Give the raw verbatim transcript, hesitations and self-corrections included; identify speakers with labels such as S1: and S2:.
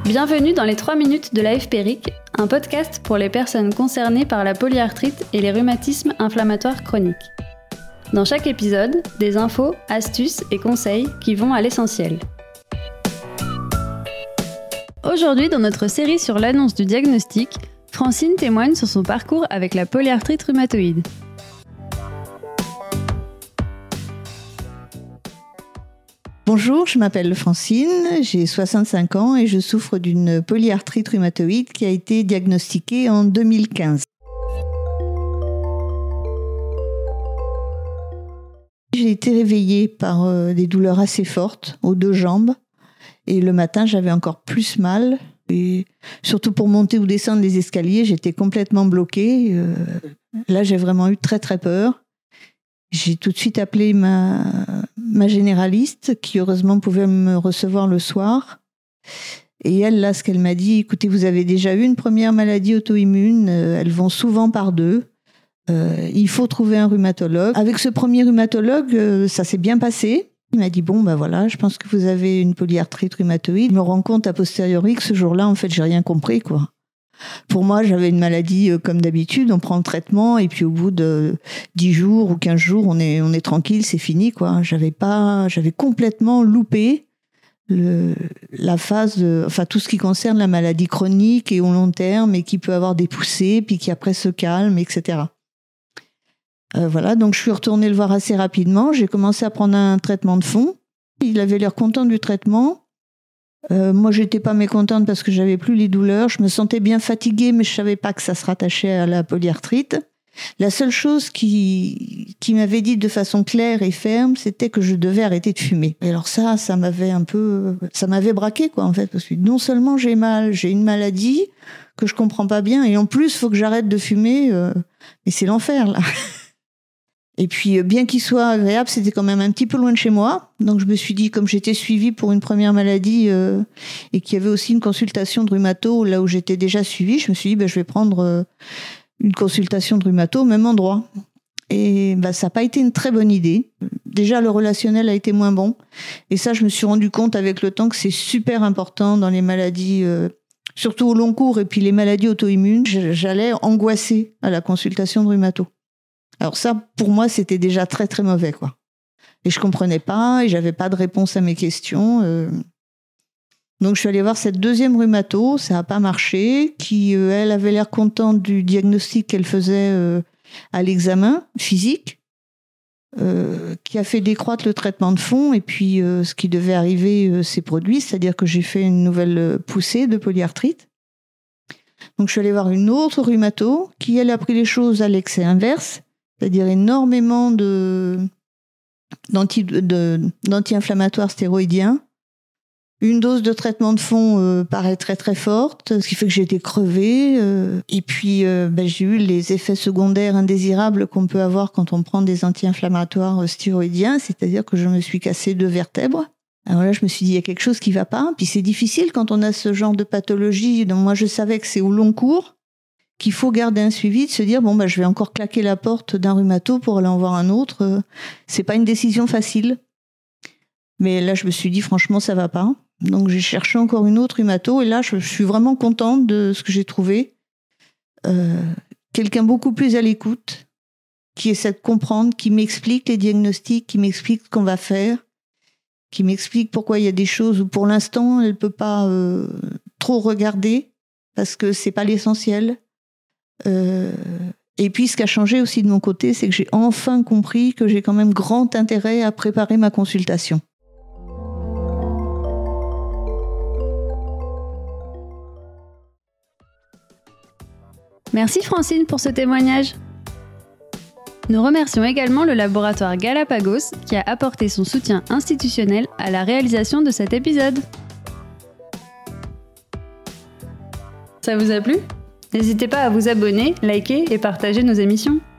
S1: Bienvenue dans les trois minutes de l'A F P R I C, un podcast pour les personnes concernées par la polyarthrite et les rhumatismes inflammatoires chroniques. Dans chaque épisode, des infos, astuces et conseils qui vont à l'essentiel. Aujourd'hui, dans notre série sur l'annonce du diagnostic, Francine témoigne sur son parcours avec la polyarthrite rhumatoïde.
S2: Bonjour, je m'appelle Francine, j'ai soixante-cinq ans et je souffre d'une polyarthrite rhumatoïde qui a été diagnostiquée en deux mille quinze. J'ai été réveillée par euh, des douleurs assez fortes aux deux jambes et le matin j'avais encore plus mal. Et surtout pour monter ou descendre les escaliers, j'étais complètement bloquée. Euh, là j'ai vraiment eu très très peur. J'ai tout de suite appelé ma, ma généraliste qui heureusement pouvait me recevoir le soir. Et elle, là, ce qu'elle m'a dit, écoutez, vous avez déjà eu une première maladie auto-immune, euh, elles vont souvent par deux. Euh, il faut trouver un rhumatologue. Avec ce premier rhumatologue, euh, ça s'est bien passé. Il m'a dit, bon, ben voilà, je pense que vous avez une polyarthrite rhumatoïde. Je me rends compte a posteriori que ce jour-là, en fait, j'ai rien compris, quoi. Pour moi, j'avais une maladie euh, comme d'habitude, on prend le traitement et puis au bout de dix jours ou quinze jours, on est, on est tranquille, c'est fini, quoi. J'avais pas, j'avais complètement loupé le, la phase, de, enfin tout ce qui concerne la maladie chronique et au long terme et qui peut avoir des poussées, puis qui après se calme, et cetera. Euh, voilà, donc je suis retournée le voir assez rapidement. J'ai commencé à prendre un traitement de fond. Il avait l'air content du traitement. Euh, moi, j'étais pas mécontente parce que j'avais plus les douleurs. Je me sentais bien fatiguée, mais je savais pas que ça se rattachait à la polyarthrite. La seule chose qui, qui m'avait dit de façon claire et ferme, c'était que je devais arrêter de fumer. Et alors ça, ça m'avait un peu, ça m'avait braqué, quoi, en fait, parce que non seulement j'ai mal, j'ai une maladie que je comprends pas bien, et en plus, faut que j'arrête de fumer, euh, mais c'est l'enfer, là. Et puis, bien qu'il soit agréable, c'était quand même un petit peu loin de chez moi. Donc, je me suis dit, comme j'étais suivie pour une première maladie euh, et qu'il y avait aussi une consultation de rhumato là où j'étais déjà suivie, je me suis dit, ben, je vais prendre euh, une consultation de rhumato au même endroit. Et ben, ça n'a pas été une très bonne idée. Déjà, le relationnel a été moins bon. Et ça, je me suis rendu compte avec le temps que c'est super important dans les maladies, euh, surtout au long cours, et puis les maladies auto-immunes. J'allais angoisser à la consultation de rhumato. Alors ça, pour moi, c'était déjà très, très mauvais, quoi. Et je comprenais pas, et j'avais pas de réponse à mes questions. Euh... Donc, je suis allée voir cette deuxième rhumato, ça a pas marché, qui, euh, elle, avait l'air contente du diagnostic qu'elle faisait euh, à l'examen physique, euh, qui a fait décroître le traitement de fond, et puis euh, ce qui devait arriver euh, s'est produit, c'est-à-dire que j'ai fait une nouvelle poussée de polyarthrite. Donc, je suis allée voir une autre rhumato, qui, elle, a pris les choses à l'excès inverse, c'est-à-dire énormément de, d'anti, de, d'anti-inflammatoires stéroïdiens. Une dose de traitement de fond euh, paraît très très forte, ce qui fait que j'ai été crevée. Euh, et puis euh, ben, j'ai eu les effets secondaires indésirables qu'on peut avoir quand on prend des anti-inflammatoires stéroïdiens, c'est-à-dire que je me suis cassé deux vertèbres. Alors là, je me suis dit, il y a quelque chose qui ne va pas. Puis c'est difficile quand on a ce genre de pathologie. Donc moi, je savais que c'est au long cours, qu'il faut garder un suivi, de se dire, bon, bah, je vais encore claquer la porte d'un rhumato pour aller en voir un autre. C'est pas une décision facile. Mais là, je me suis dit, franchement, ça va pas. Donc, j'ai cherché encore une autre rhumato. Et là, je suis vraiment contente de ce que j'ai trouvé. Euh, quelqu'un beaucoup plus à l'écoute, qui essaie de comprendre, qui m'explique les diagnostics, qui m'explique ce qu'on va faire, qui m'explique pourquoi il y a des choses où, pour l'instant, elle peut pas euh, trop regarder, parce que c'est pas l'essentiel. Euh, et puis ce qui a changé aussi de mon côté, c'est que j'ai enfin compris que j'ai quand même grand intérêt à préparer ma consultation.
S1: Merci Francine pour ce témoignage. Nous remercions également le laboratoire Galapagos qui a apporté son soutien institutionnel à la réalisation de cet épisode. Ça vous a plu ? N'hésitez pas à vous abonner, liker et partager nos émissions.